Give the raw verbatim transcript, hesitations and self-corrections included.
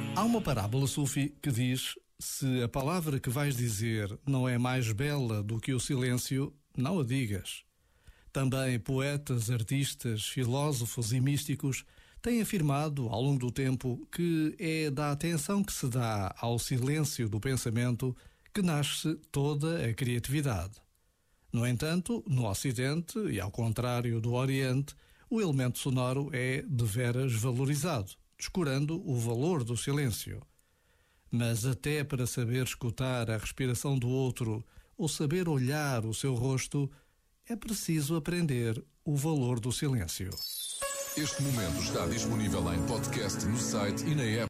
Há uma parábola sufi que diz: se a palavra que vais dizer não é mais bela do que o silêncio, não a digas. Também poetas, artistas, filósofos e místicos têm afirmado ao longo do tempo que é da atenção que se dá ao silêncio do pensamento que nasce toda a criatividade. No entanto, no Ocidente, e ao contrário do Oriente, o elemento sonoro é deveras valorizado, descurando o valor do silêncio. Mas até para saber escutar a respiração do outro ou saber olhar o seu rosto, é preciso aprender o valor do silêncio. Este momento está disponível em podcast no site e na app.